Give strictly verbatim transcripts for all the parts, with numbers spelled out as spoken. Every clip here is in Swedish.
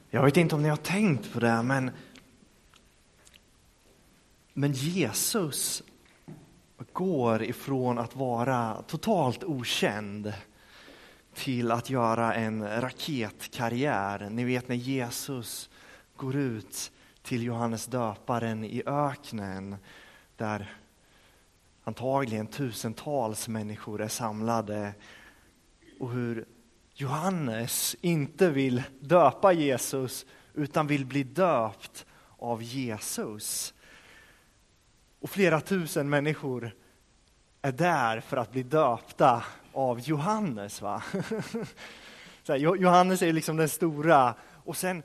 Jag vet inte om ni har tänkt på det, men, men Jesus går ifrån att vara totalt okänd till att göra en raketkarriär. Ni vet när Jesus går ut till Johannes döparen i öknen, där antagligen tusentals människor är samlade, och hur Johannes inte vill döpa Jesus utan vill bli döpt av Jesus. Och flera tusen människor är där för att bli döpta av Johannes, va? Så här, Johannes är liksom den stora, och sen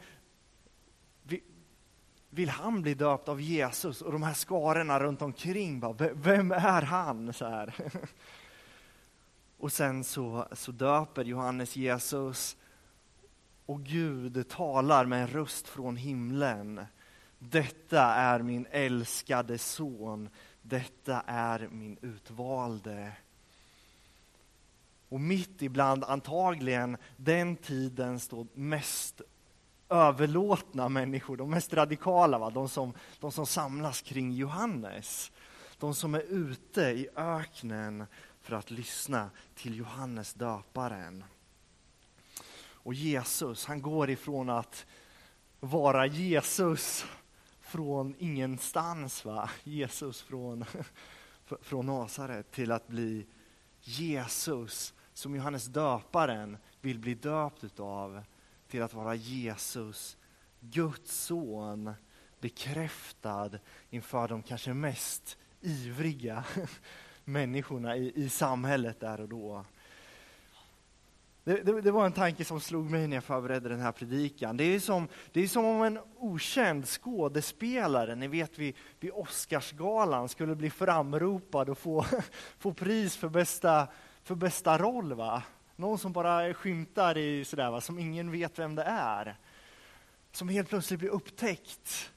vill han bli döpt av Jesus, och de här skarorna runt omkring bara, vem är han? Så här. Och sen så, så döper Johannes Jesus, och Gud talar med en röst från himlen. Detta är min älskade son, detta är min utvalde. Och mitt ibland antagligen den tiden står mest överlåtna människor, de mest radikala, va? De, som, de som samlas kring Johannes. De som är ute i öknen för att lyssna till Johannes döparen. Och Jesus, han går ifrån att vara Jesus från ingenstans, va? Jesus från, från Nasaret, till att bli Jesus som Johannes döparen vill bli döpt utav, till att vara Jesus, Guds son, bekräftad inför de kanske mest ivriga människorna i, i samhället där och då. Det, det, det var en tanke som slog mig när jag förberedde den här predikan. Det är som, det är som om en okänd skådespelare, ni vet vid, vid Oscarsgalan, skulle bli framropad och få, få pris för bästa, för bästa roll, va? Någon som bara skymtar i sådär, va? Som ingen vet vem det är. Som helt plötsligt blir upptäckt.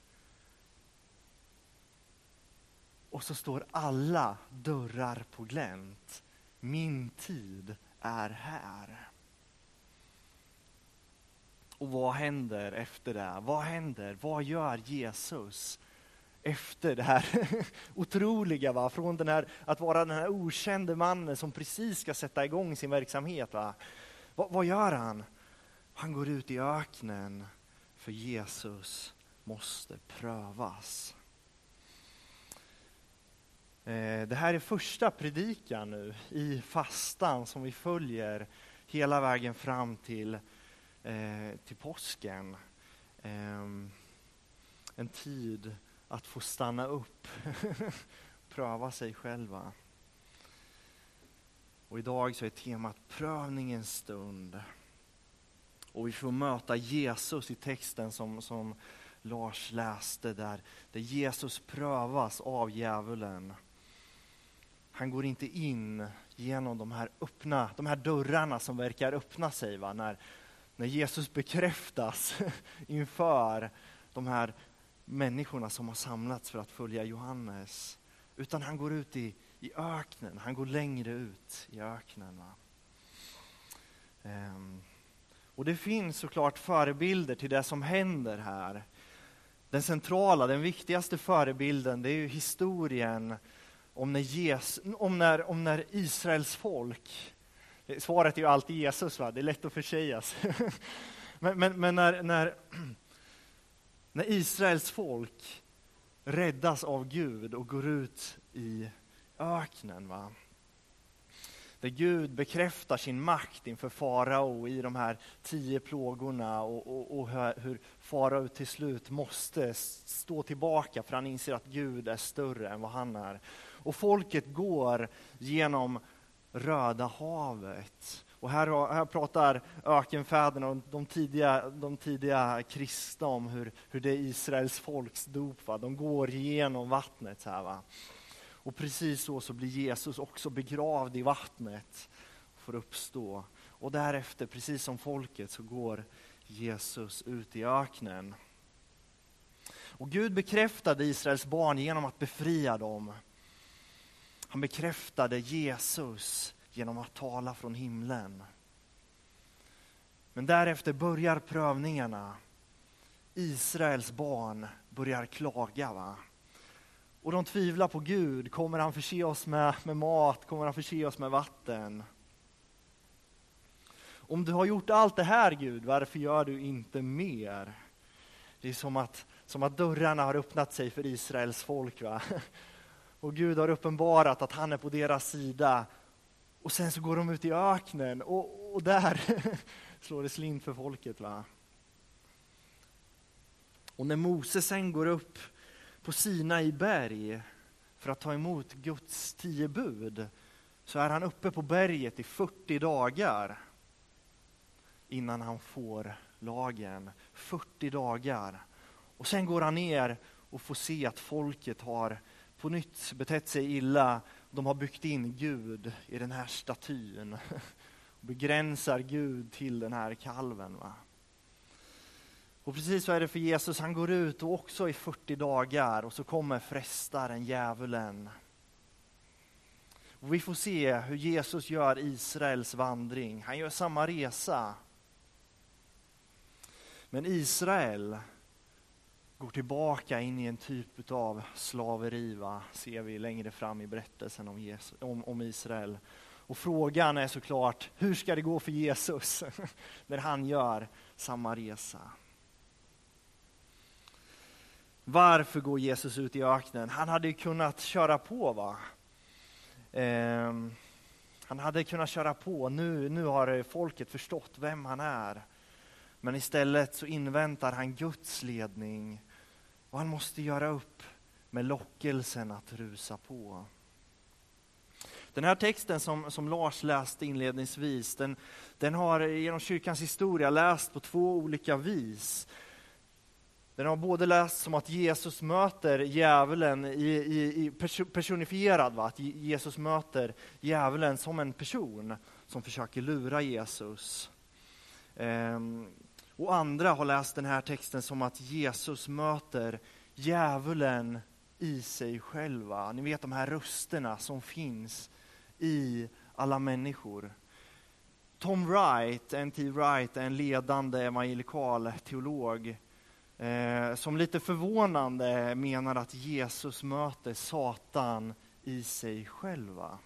Och så står alla dörrar på glänt. Min tid är här. Och vad händer efter det? Vad händer? Vad gör Jesus efter det här otroliga, va? Från den här, att vara den här okände mannen som precis ska sätta igång sin verksamhet, va? Va, vad gör han? Han går ut i öknen, för Jesus måste prövas. Eh, det här är första predikan nu i fastan som vi följer hela vägen fram till, eh, till påsken. Eh, en tid att få stanna upp, pröva sig själva. Och idag så är temat prövningens stund. Och vi får möta Jesus i texten som, som Lars läste där. Där Jesus prövas av djävulen. Han går inte in genom de här öppna, de här dörrarna som verkar öppna sig, va? När, när Jesus bekräftas inför de här människorna som har samlats för att följa Johannes. Utan han går ut i, i öknen. Han går längre ut i öknen. Va? Um, och det finns såklart förebilder till det som händer här. Den centrala, den viktigaste förebilden, det är ju historien om när, Jesus, om när, om när Israels folk, svaret är ju alltid Jesus, va? Det är lätt att försägas. men men, men när, när, när Israels folk räddas av Gud och går ut i öknen, va? Där Gud bekräftar sin makt inför farao i de här tio plågorna, och, och, och hur farao till slut måste stå tillbaka för han inser att Gud är större än vad han är. Och folket går genom Röda havet. Och här, här pratar ökenfäderna och de tidiga, de tidiga kristna om hur, hur det är Israels folks dop. Va? De går genom vattnet så här, va? Och precis så, så blir Jesus också begravd i vattnet och får uppstå. Och därefter, precis som folket, så går Jesus ut i öknen. Och Gud bekräftade Israels barn genom att befria dem. Han bekräftade Jesus genom att tala från himlen. Men därefter börjar prövningarna. Israels barn börjar klaga, va? Och de tvivlar på Gud. Kommer han förse oss med, med mat? Kommer han förse oss med vatten? Om du har gjort allt det här, Gud, varför gör du inte mer? Det är som att, som att dörrarna har öppnat sig för Israels folk, va? Och Gud har uppenbarat att han är på deras sida. Och sen så går de ut i öknen och, och där slår det slint för folket, va? Och när Moses sen går upp på Sinai berg för att ta emot Guds tio bud, så är han uppe på berget i fyrtio dagar innan han får lagen. fyrtio dagar. Och sen går han ner och får se att folket har på nytt betett sig illa. De har byggt in Gud i den här statyn och begränsar Gud till den här kalven, va? Och precis så är det för Jesus. Han går ut och också i fyrtio dagar och så kommer frestaren, djävulen. Och vi får se hur Jesus gör Israels vandring. Han gör samma resa. Men Israel går tillbaka in i en typ av slaveri, va? Ser vi längre fram i berättelsen om, Jesus, om, om Israel. Och frågan är såklart, hur ska det gå för Jesus när han gör samma resa? Varför går Jesus ut i öknen? Han hade ju kunnat köra på, va? Eh, han hade kunnat köra på. Nu, nu har folket förstått vem han är. Men istället så inväntar han Guds ledning. Och han måste göra upp med lockelsen att rusa på. Den här texten som, som Lars läste inledningsvis, den, den har genom kyrkans historia läst på två olika vis. Den har både läst som att Jesus möter djävulen i, i, i personifierad, va? Att Jesus möter djävulen som en person som försöker lura Jesus. Ehm, och andra har läst den här texten som att Jesus möter djävulen i sig själva. Ni vet de här rösterna som finns i alla människor. Tom Wright, N T Wright, är en ledande evangelikal teolog eh, som lite förvånande menar att Jesus möter Satan i sig själva.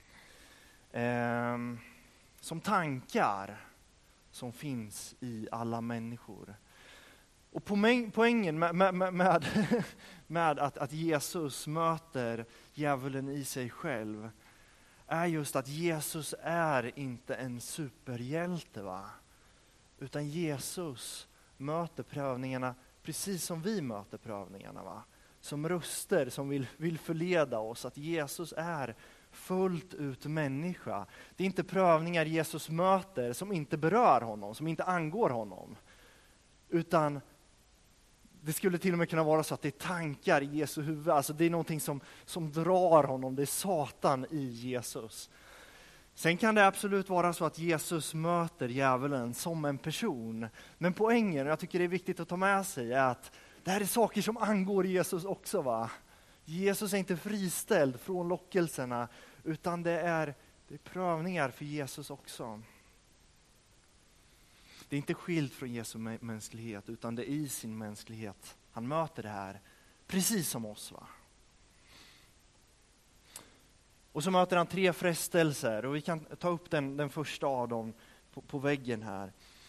Eh, som tankar som finns i alla människor. Och poängen med, med, med, med att, att Jesus möter djävulen i sig själv är just att Jesus är inte en superhjälte, va? Utan Jesus möter prövningarna precis som vi möter prövningarna, va? Som röster som vill, vill förleda oss. Att Jesus är fullt ut människa. Det är inte prövningar Jesus möter som inte berör honom, som inte angår honom. Utan det skulle till och med kunna vara så att det är tankar i Jesu huvud. Alltså det är någonting som, som drar honom. Det är Satan i Jesus. Sen kan det absolut vara så att Jesus möter djävulen som en person. Men poängen, och jag tycker det är viktigt att ta med sig, är att det här är saker som angår Jesus också, va? Jesus är inte friställd från lockelserna, utan det är, det är prövningar för Jesus också. Det är inte skilt från Jesu mänsklighet, utan det är i sin mänsklighet. Han möter det här precis som oss, va? Och så möter han tre frestelser, och vi kan ta upp den, den första av dem på, på väggen här.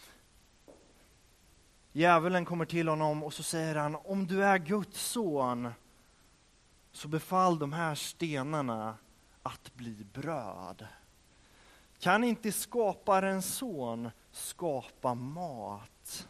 Djävulen kommer till honom och så säger han: om du är Guds son, så befall de här stenarna att bli bröd. Kan inte skaparens son skapa mat?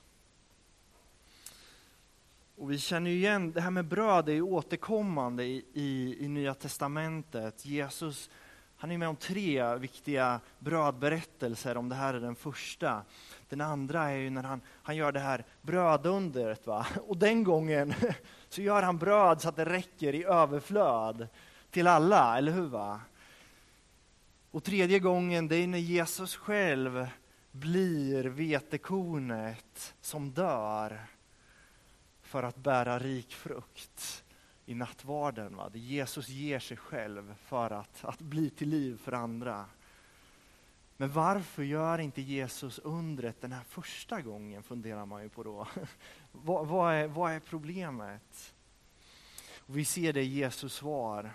Och vi känner ju igen, det här med bröd är ju återkommande i, i, i Nya Testamentet. Jesus, han är med om tre viktiga brödberättelser, om det här är den första. Den andra är ju när han, han gör det här brödundret, va? Och den gången så gör han bröd så att det räcker i överflöd till alla, eller hur, va? Och tredje gången, det är när Jesus själv blir vetekornet som dör för att bära rik frukt i nattvarden, va? Det Jesus ger sig själv för att, att bli till liv för andra. Men varför gör inte Jesus undret den här första gången, funderar man ju på då. vad, vad, är, vad är problemet? Och vi ser det i Jesus svar.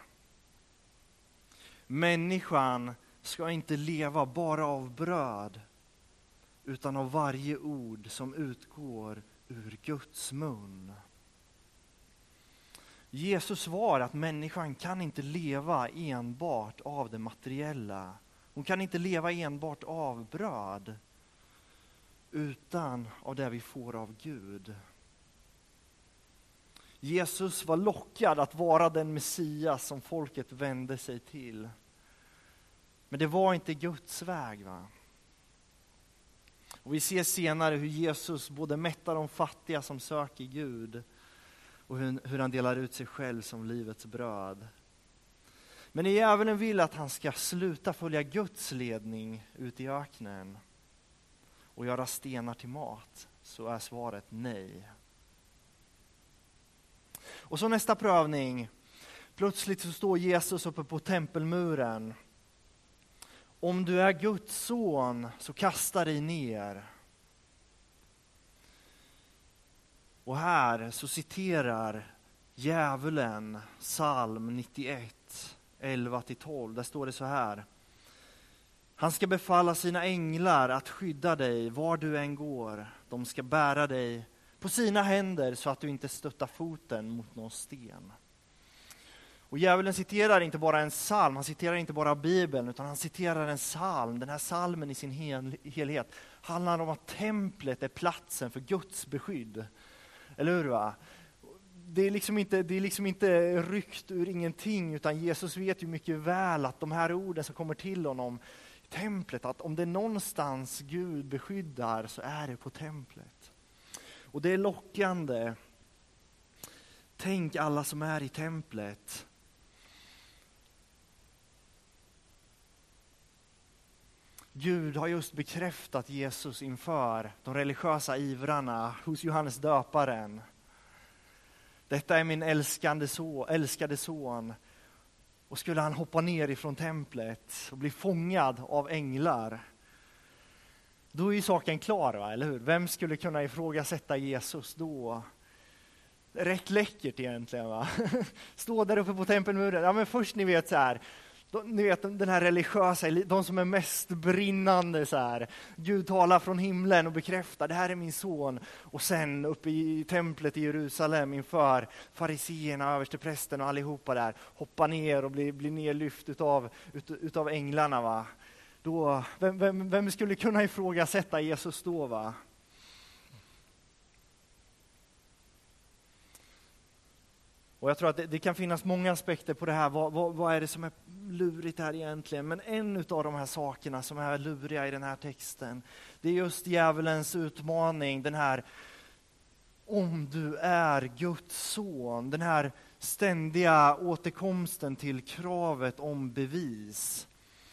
Människan ska inte leva bara av bröd, utan av varje ord som utgår ur Guds mun. Jesus svar att människan kan inte leva enbart av det materiella. Hon kan inte leva enbart av bröd, utan av det vi får av Gud. Jesus var lockad att vara den Messias som folket vände sig till. Men det var inte Guds väg, va? Och vi ser senare hur Jesus både mättar de fattiga som söker Gud och hur, hur han delar ut sig själv som livets bröd. Men när djävulen vill att han ska sluta följa Guds ledning ut i öknen och göra stenar till mat, så är svaret nej. Och så nästa prövning. Plötsligt så står Jesus uppe på tempelmuren. Om du är Guds son, så kasta dig ner. Och här så citerar djävulen psalm nittioett, elva till tolv. Där står det så här: han ska befalla sina änglar att skydda dig var du än går. De ska bära dig på sina händer så att du inte stöttar foten mot någon sten. Och djävulen citerar inte bara en psalm, han citerar inte bara Bibeln, utan han citerar en psalm. Den här psalmen i sin hel- helhet handlar om att templet är platsen för Guds beskydd. Eller hur, va? Det är liksom inte, det är liksom inte ryckt ur ingenting, utan Jesus vet ju mycket väl att de här orden som kommer till honom i templet, att om det är någonstans Gud beskyddar så är det på templet. Och det är lockande. Tänk alla som är i templet. Gud har just bekräftat Jesus inför de religiösa ivrarna hos Johannes döparen. Detta är min älskande son, älskade son. Och skulle han hoppa ner ifrån templet och bli fångad av änglar, då är ju saken klar, va? Eller hur? Vem skulle kunna ifrågasätta Jesus då? Rätt läckert egentligen, va? Stå där uppe på tempelmuren. Ja, men först ni vet så här, de, ni vet den här religiösa, de som är mest brinnande så här. Gud talar från himlen och bekräftar, det här är min son. Och sen uppe i templet i Jerusalem inför fariseerna, översteprästen och allihopa där, hoppa ner och bli, bli nerlyft utav, ut, utav änglarna, va? Då, vem, vem, vem skulle kunna ifrågasätta Jesus då, va? Och jag tror att det, det kan finnas många aspekter på det här. Vad, vad, vad är det som är lurigt här egentligen? Men en av de här sakerna som är luriga i den här texten, det är just djävulens utmaning. Den här, om du är Guds son. Den här ständiga återkomsten till kravet om bevis.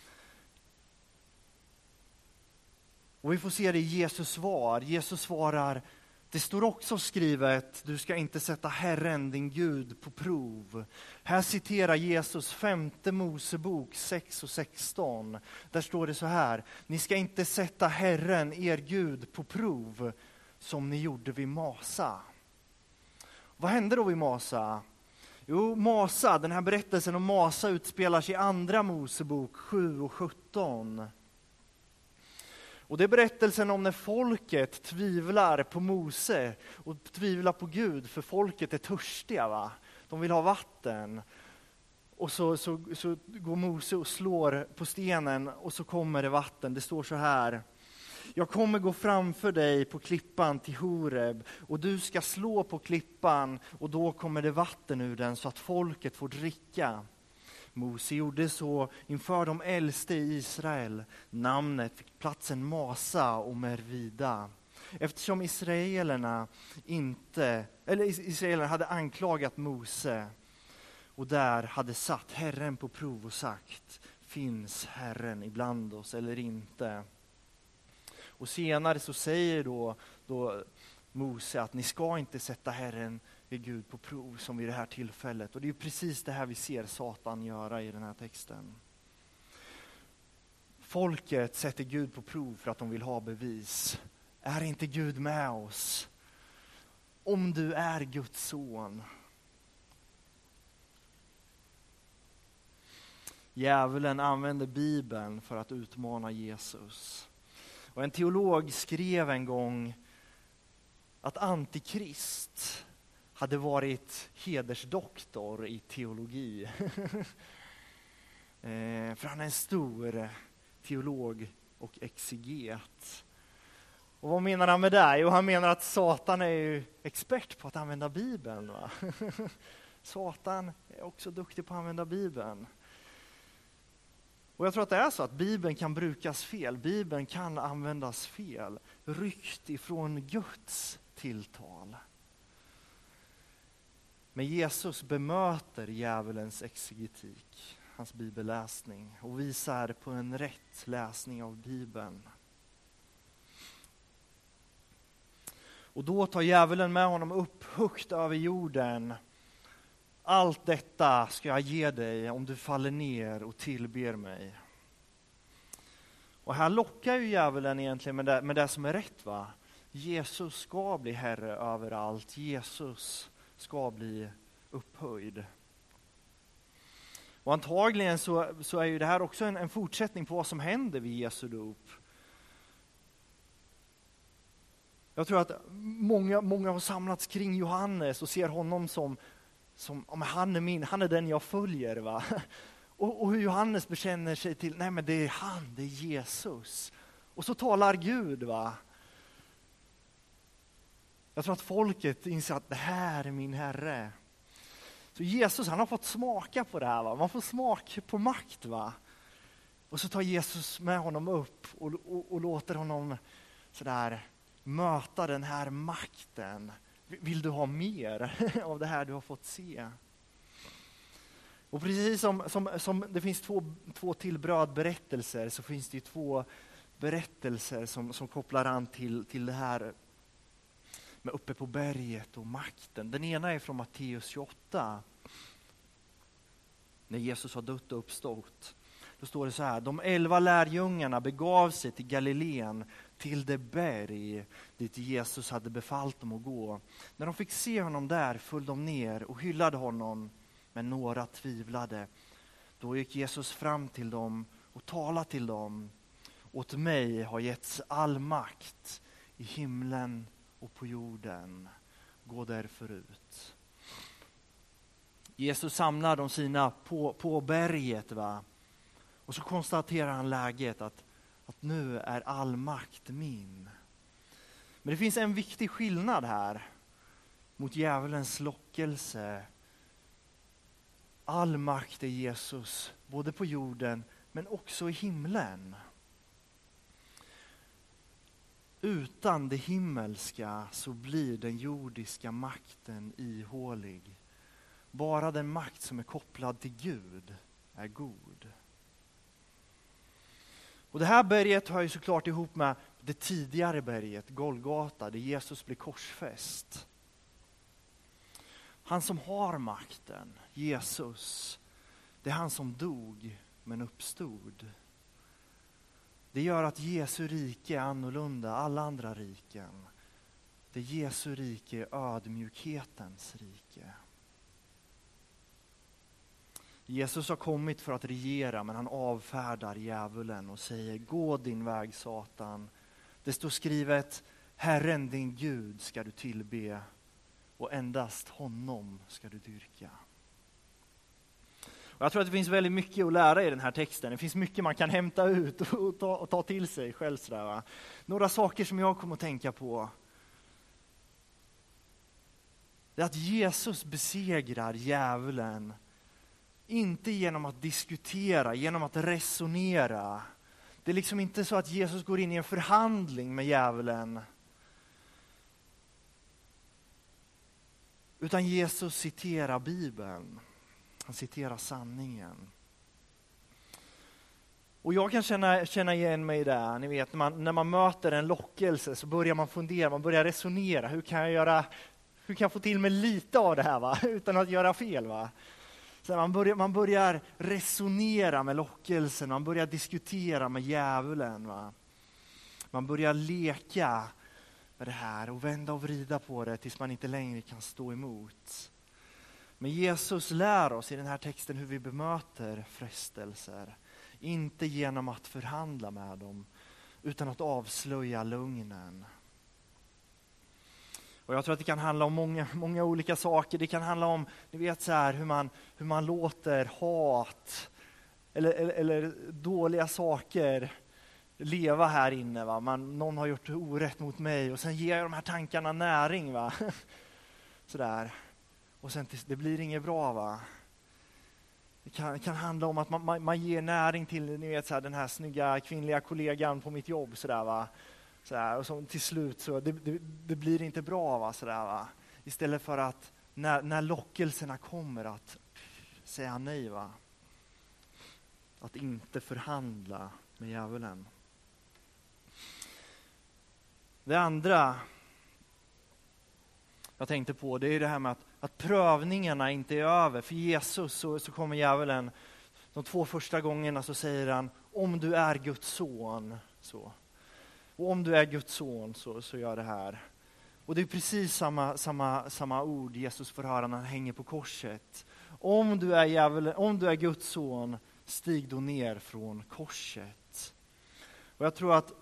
Och vi får se det i Jesus svar. Jesus svarar: det står också skrivet, du ska inte sätta Herren din Gud på prov. Här citerar Jesus femte Mosebok sex och sexton. Där står det så här: ni ska inte sätta Herren er Gud på prov som ni gjorde vid Masa. Vad hände då vid Masa? Jo, Masa, den här berättelsen om Masa utspelar sig i andra Mosebok sju och sjutton. Och det är berättelsen om när folket tvivlar på Mose och tvivlar på Gud, för folket är törstiga, va? De vill ha vatten. Och så, så, så går Mose och slår på stenen och så kommer det vatten. Det står så här: jag kommer gå framför dig på klippan till Horeb och du ska slå på klippan och då kommer det vatten ur den så att folket får dricka. Mose gjorde så inför de äldste i Israel. Namnet fick platsen Masa och Mervida. Eftersom israelerna inte, eller israelerna hade anklagat Mose och där hade satt Herren på prov och sagt: finns Herren ibland oss eller inte? Och senare så säger då, då Mose att ni ska inte sätta Herren är Gud på prov som vid det här tillfället. Och det är precis det här vi ser Satan göra i den här texten. Folket sätter Gud på prov för att de vill ha bevis. Är inte Gud med oss? Om du är Guds son. Djävulen använder Bibeln för att utmana Jesus. Och en teolog skrev en gång att Antikrist hade varit hedersdoktor i teologi. eh, för han är en stor teolog och exeget. Och vad menar han med det? Jo, han menar att Satan är ju expert på att använda Bibeln. Va? Satan är också duktig på att använda Bibeln. Och jag tror att det är så att Bibeln kan brukas fel. Bibeln kan användas fel. Ryckt ifrån Guds tilltal. Men Jesus bemöter djävulens exegetik, hans bibelläsning, och visar på en rätt läsning av Bibeln. Och då tar djävulen med honom upp högt över jorden. Allt detta ska jag ge dig om du faller ner och tillber mig. Och här lockar ju djävulen egentligen med det, med det som är rätt, va? Jesus ska bli herre över allt. Jesus ska bli upphöjd. Och antagligen så, så är ju det här också en, en fortsättning på vad som händer vid Jesu dop. Jag tror att många, många har samlats kring Johannes och ser honom som, som om han är min, han är den jag följer, va? Och, och hur Johannes bekänner sig till, nej men det är han, det är Jesus. Och så talar Gud, va? Jag tror att folket inser att det här är min Herre. Så Jesus, han har fått smaka på det här, va? Man får smak på makt, va? Och så tar Jesus med honom upp och, och, och låter honom sådär möta den här makten. Vill du ha mer av det här du har fått se? Och precis som, som, som det finns två, två till brödberättelser, så finns det ju två berättelser som, som kopplar an till, till det här med uppe på berget och makten. Den ena är från Matteus tjugoåtta. När Jesus har dött och uppstått. Då står det så här: de elva lärjungarna begav sig till Galileen, till det berg dit Jesus hade befallt dem att gå. När de fick se honom där föll de ner och hyllade honom, men några tvivlade. Då gick Jesus fram till dem och talade till dem: åt mig har getts all makt i himlen och på jorden. Gå därför ut. Jesus samlar de sina på, på berget, va? Och så konstaterar han läget att, att nu är all makt min. Men det finns en viktig skillnad här mot djävulens lockelse. All makt är Jesus, både på jorden men också i himlen. Utan det himmelska så blir den jordiska makten ihålig. Bara den makt som är kopplad till Gud är god. Och det här berget hör ju såklart ihop med det tidigare berget, Golgata, där Jesus blir korsfäst. Han som har makten, Jesus, det är han som dog men uppstod. Det gör att Jesu rike är annorlunda alla andra riken. Det Jesu rike är ödmjukhetens rike. Jesus har kommit för att regera, men han avfärdar djävulen och säger: gå din väg, Satan. Det står skrivet: Herren din Gud ska du tillbe och endast honom ska du dyrka. Och jag tror att det finns väldigt mycket att lära i den här texten. Det finns mycket man kan hämta ut och ta, och ta till sig själv. Sådär, va? Några saker som jag kommer att tänka på. Det är att Jesus besegrar djävulen. Inte genom att diskutera, genom att resonera. Det är liksom inte så att Jesus går in i en förhandling med djävulen. Utan Jesus citerar Bibeln. Han citerar sanningen. Och jag kan känna, känna igen mig där. Ni vet, när man, när man möter en lockelse så börjar man fundera, man börjar resonera. Hur kan jag göra, hur kan jag få till mig lite av det här, va? Utan att göra fel, va? Så man, börjar, man börjar resonera med lockelsen, man börjar diskutera med djävulen. Va? Man börjar leka med det här och vända och vrida på det tills man inte längre kan stå emot. Men Jesus lär oss i den här texten hur vi bemöter frestelser. Inte genom att förhandla med dem, utan att avslöja lögnen. Och jag tror att det kan handla om många, många olika saker. Det kan handla om, ni vet så här, hur man, hur man låter hat eller, eller, eller dåliga saker leva här inne. Va? Man, någon har gjort orätt mot mig och sen ger de här tankarna näring. Va? Sådär. Och sen det blir inget bra. Va? Det kan, det kan handla om att man, man, man ger näring till, ni vet så här, den här snygga kvinnliga kollegan på mitt jobb. Sådär, va? Så här, och så till slut så det, det, det blir inte bra. Va? Sådär, va? Istället för att när, när lockelserna kommer att säga nej. Va? Att inte förhandla med djävulen. Det andra jag tänkte på, det är det här med att, att prövningarna inte är över. För Jesus så, så kommer djävulen, de två första gångerna så säger han, om du är Guds son, så. Och om du är Guds son så, så gör det här. Och det är precis samma, samma, samma ord Jesus får höra när han hänger på korset. Om du är djävulen, om du är Guds son, stig då ner från korset. Och jag tror att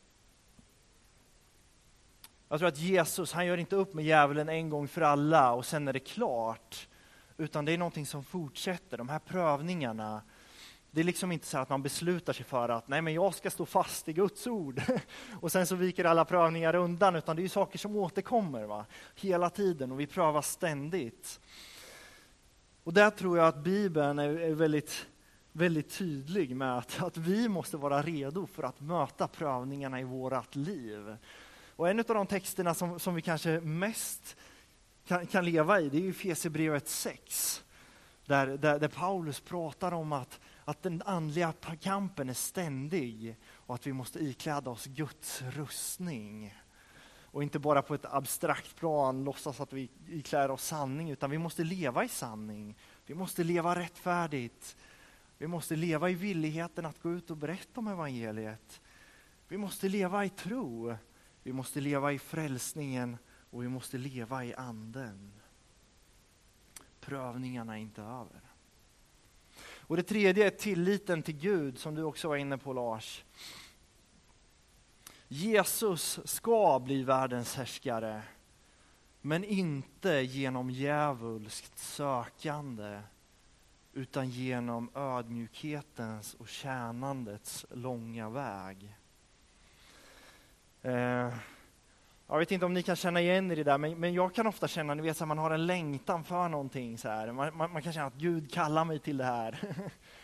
Jag tror att Jesus, han gör inte upp med djävulen en gång för alla och sen är det klart. Utan det är någonting som fortsätter. De här prövningarna, det är liksom inte så att man beslutar sig för att nej men jag ska stå fast i Guds ord. Och sen så viker alla prövningar undan, utan det är ju saker som återkommer, va? Hela tiden, och vi prövar ständigt. Och där tror jag att Bibeln är, är väldigt, väldigt tydlig med att, att vi måste vara redo för att möta prövningarna i vårat liv. Och en av de texterna som, som vi kanske mest kan, kan leva i, det är ju Efesierbrevet sex. Där, där, där Paulus pratar om att, att den andliga kampen är ständig. Och att vi måste ikläda oss Guds rustning. Och inte bara på ett abstrakt plan låtsas att vi iklär oss sanning. Utan vi måste leva i sanning. Vi måste leva rättfärdigt. Vi måste leva i villigheten att gå ut och berätta om evangeliet. Vi måste leva i tro. Vi måste leva i frälsningen och vi måste leva i anden. Prövningarna är inte över. Och det tredje är tilliten till Gud, som du också var inne på, Lars. Jesus ska bli världens härskare, men inte genom djävulskt sökande, utan genom ödmjukhetens och tjänandets långa väg. Eh, jag vet inte om ni kan känna igen er i det där, men, men jag kan ofta känna, ni vet, att man har en längtan för någonting. Så här. Man, man, man kan känna att Gud kallar mig till det här.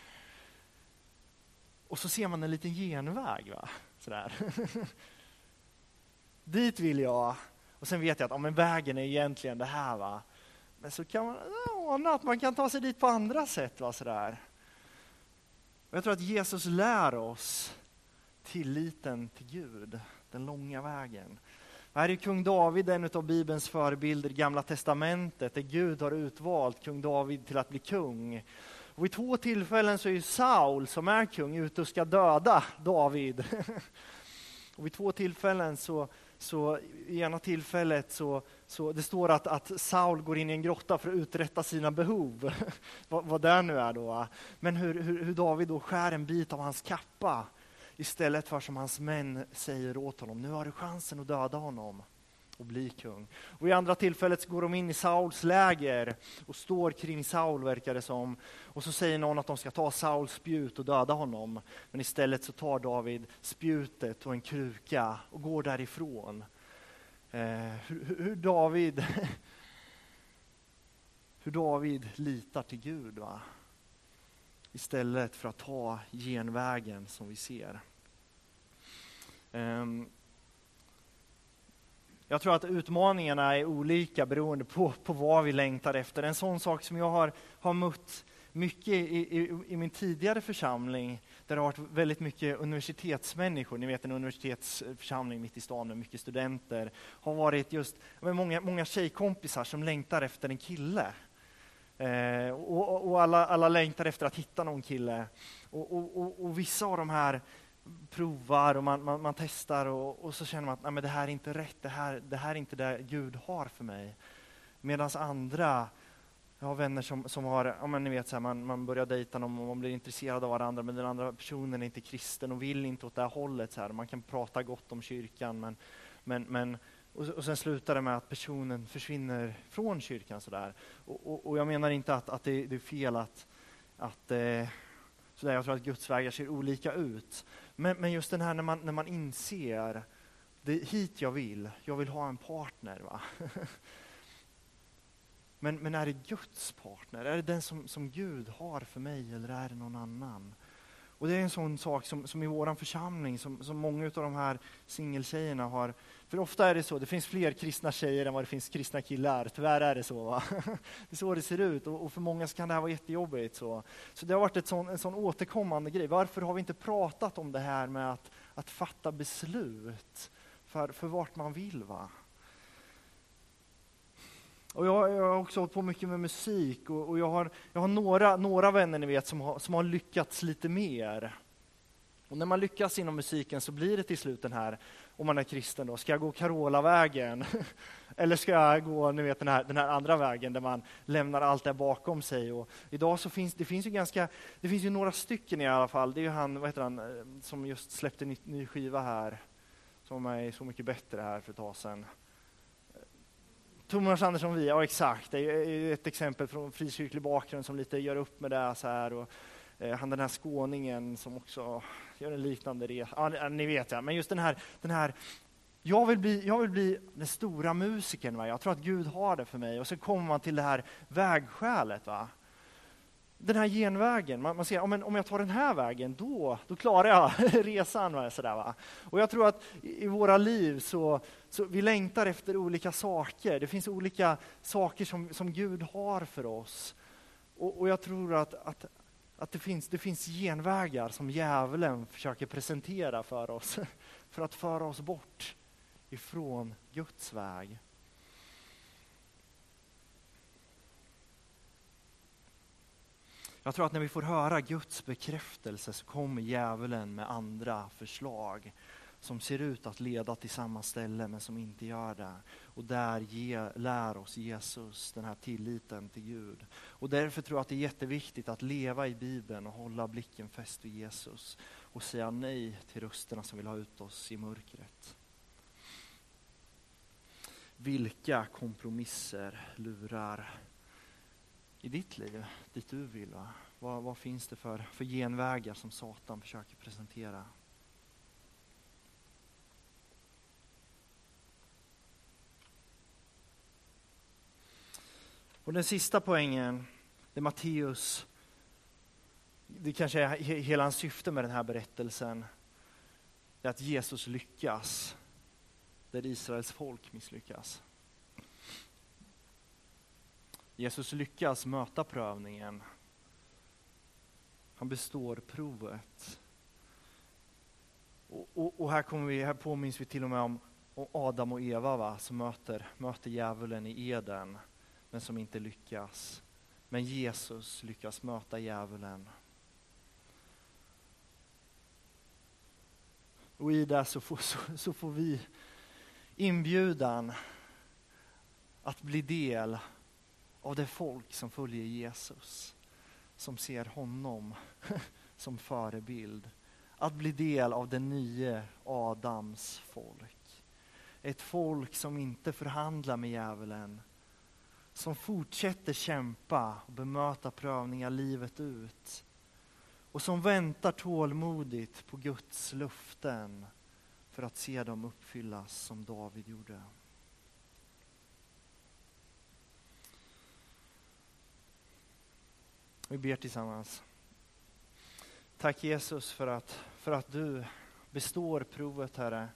Och så ser man en liten genväg. Va? Så där. Dit vill jag. Och sen vet jag att ja, men vägen är egentligen det här. Va? Men så kan man ana att man kan ta sig dit på andra sätt. Va? Så där. Och jag tror att Jesus lär oss tilliten till Gud. Den långa vägen. Här är kung David en av Bibelns förebilder i Gamla testamentet, där Gud har utvalt kung David till att bli kung. Och vid två tillfällen så är ju Saul, som är kung, ute och ska döda David. Och vid två tillfällen så, så i ena tillfället så, så det står att, att Saul går in i en grotta för att uträtta sina behov. vad, vad det nu är då. Men hur, hur, hur David då skär en bit av hans kappa. Istället för som hans män säger åt honom, nu har du chansen att döda honom och bli kung. Och i andra tillfället så går de in i Sauls läger och står kring Saul, verkar det som. Och så säger någon att de ska ta Sauls spjut och döda honom. Men istället så tar David spjutet och en kruka och går därifrån. Eh, hur, hur David hur David litar till Gud, va? Istället för att ta genvägen som vi ser. Um, jag tror att utmaningarna är olika beroende på, på vad vi längtar efter. En sån sak som jag har, har mött mycket i, i, i min tidigare församling, där det har varit väldigt mycket universitetsmänniskor. Ni vet, en universitetsförsamling mitt i stan med mycket studenter. Har varit just med många, många tjejkompisar som längtar efter en kille. Eh, och och alla, alla längtar efter att hitta någon kille. Och, och, och, och vissa av de här provar och man, man, man testar och, och så känner man att nej, men det här är inte rätt, det här, det här är inte det Gud har för mig. Medan andra, jag har vänner som, som har, ja, men ni vet, så här, man, man börjar dejta någon och man blir intresserad av varandra, men den andra personen är inte kristen och vill inte åt det här hållet. Så här. Man kan prata gott om kyrkan, men, men, men och, och sen slutar det med att personen försvinner från kyrkan. Så där. Och, och, och jag menar inte att, att det, det är fel att, att eh, så där, jag tror att Guds vägar ser olika ut. Men, men just den här när man, när man inser, det är hit jag vill, jag vill ha en partner, va? Men, men är det Guds partner? Är det den som, som Gud har för mig eller är det någon annan? Och det är en sån sak som, som i våran församling, som, som många av de här singeltjejerna har. För ofta är det så, det finns fler kristna tjejer än vad det finns kristna killar. Tyvärr är det så, va? Det är så det ser ut och, och för många så kan det här vara jättejobbigt. Så, så det har varit ett sån, en sån återkommande grej. Varför har vi inte pratat om det här med att, att fatta beslut för, för vart man vill, va? Och jag, jag har också hållit på mycket med musik och, och jag har, jag har några, några vänner ni vet som har, som har lyckats lite mer. Och när man lyckas inom musiken så blir det till slut den här, om man är kristen då, ska jag gå Carola-vägen? Eller ska jag gå ni vet, den, här, den här andra vägen där man lämnar allt det bakom sig? Och idag så finns det finns ju ganska, det finns ju några stycken i alla fall. Det är ju han, vad heter han, som just släppte ny, ny skiva här, som är Så mycket bättre här för ett tag sedan. Thomas Andersson Vi, ja exakt, det är ett exempel från frikyrklig bakgrund som lite gör upp med det så här. Och, eh, han den här skåningen som också gör en liknande resa, ja, ni vet ja, men just den här, den här jag vill bli, jag vill bli den stora musikern, va? Jag tror att Gud har det för mig och så kommer man till det här vägskälet, va? Den här genvägen, man, man ser, om, en, om jag tar den här vägen, då, då klarar jag resan. Va? Så där, va? Och jag tror att i, i våra liv så, så vi längtar efter olika saker. Det finns olika saker som, som Gud har för oss. Och, och jag tror att, att, att det, finns, det finns genvägar som djävulen försöker presentera för oss. För att föra oss bort ifrån Guds väg. Jag tror att när vi får höra Guds bekräftelse så kommer djävulen med andra förslag som ser ut att leda till samma ställe men som inte gör det. Och där ge, lär oss Jesus den här tilliten till Gud. Och därför tror jag att det är jätteviktigt att leva i Bibeln och hålla blicken fäst vid Jesus och säga nej till rösterna som vill ha ut oss i mörkret. Vilka kompromisser lurar i ditt liv, dit du vill, va? Vad, vad finns det för, för genvägar som Satan försöker presentera? Och den sista poängen, det Matteus, det kanske är hela hans syfte med den här berättelsen, det är att Jesus lyckas där Israels folk misslyckas. Jesus lyckas möta prövningen. Han består provet. Och, och, och här, kommer vi, här påminns vi till och med om, om Adam och Eva, va, som möter, möter djävulen i Eden, men som inte lyckas. Men Jesus lyckas möta djävulen. Och i det så får, så, så får vi inbjudan att bli del av det folk som följer Jesus, som ser honom som förebild. Att bli del av den nya Adams folk. Ett folk som inte förhandlar med djävulen, som fortsätter kämpa och bemöta prövningar livet ut. Och som väntar tålmodigt på Guds löften för att se dem uppfyllas som David gjorde. Vi ber tillsammans. Tack Jesus för att, för att du består provet, Herre.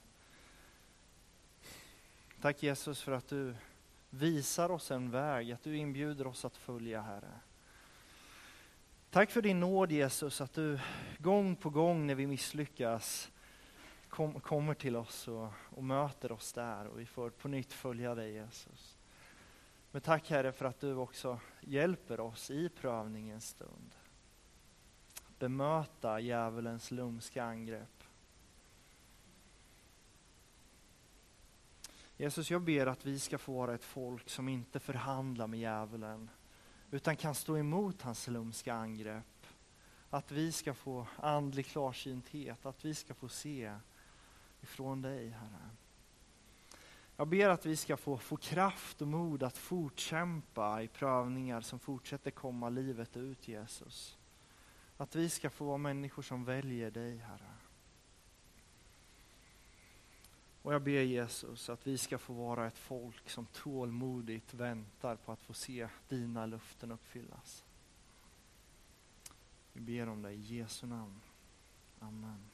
Tack Jesus för att du visar oss en väg, att du inbjuder oss att följa, Herre. Tack för din nåd Jesus, att du gång på gång när vi misslyckas kom, kommer till oss och, och möter oss där och vi får på nytt följa dig Jesus. Men tack Herre för att du också hjälper oss i prövningens stund. Bemöta djävulens lumska angrepp. Jesus, jag ber att vi ska få vara ett folk som inte förhandlar med djävulen, utan kan stå emot hans lumska angrepp. Att vi ska få andlig klarsynthet, att vi ska få se ifrån dig, Herre. Jag ber att vi ska få, få kraft och mod att fortkämpa i prövningar som fortsätter komma livet ut, Jesus. Att vi ska få vara människor som väljer dig, Herre. Och jag ber Jesus att vi ska få vara ett folk som tålmodigt väntar på att få se dina löften uppfyllas. Vi ber om det i Jesu namn. Amen.